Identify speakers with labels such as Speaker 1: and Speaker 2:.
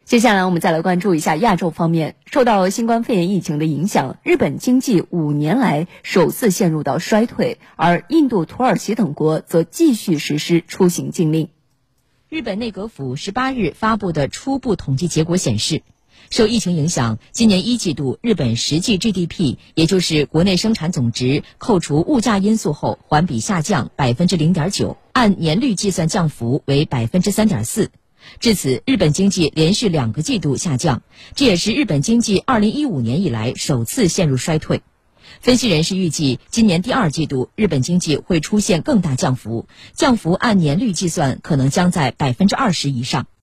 Speaker 1: 接下来我们再来关注一下亚洲方面。受到新冠肺炎疫情的影响，日本经济5年来首次陷入到衰退，而印度、土耳其等国则继续实施出行禁令。
Speaker 2: 日本内阁府18日发布的初步统计结果显示，受疫情影响，今年1季度日本实际 GDP， 也就是国内生产总值扣除物价因素后，环比下降 0.9%， 按年率计算降幅为 3.4%。至此，日本经济连续2个季度下降，这也是日本经济2015年以来首次陷入衰退。分析人士预计，今年第2季度日本经济会出现更大降幅，降幅按年率计算可能将在 20% 以上。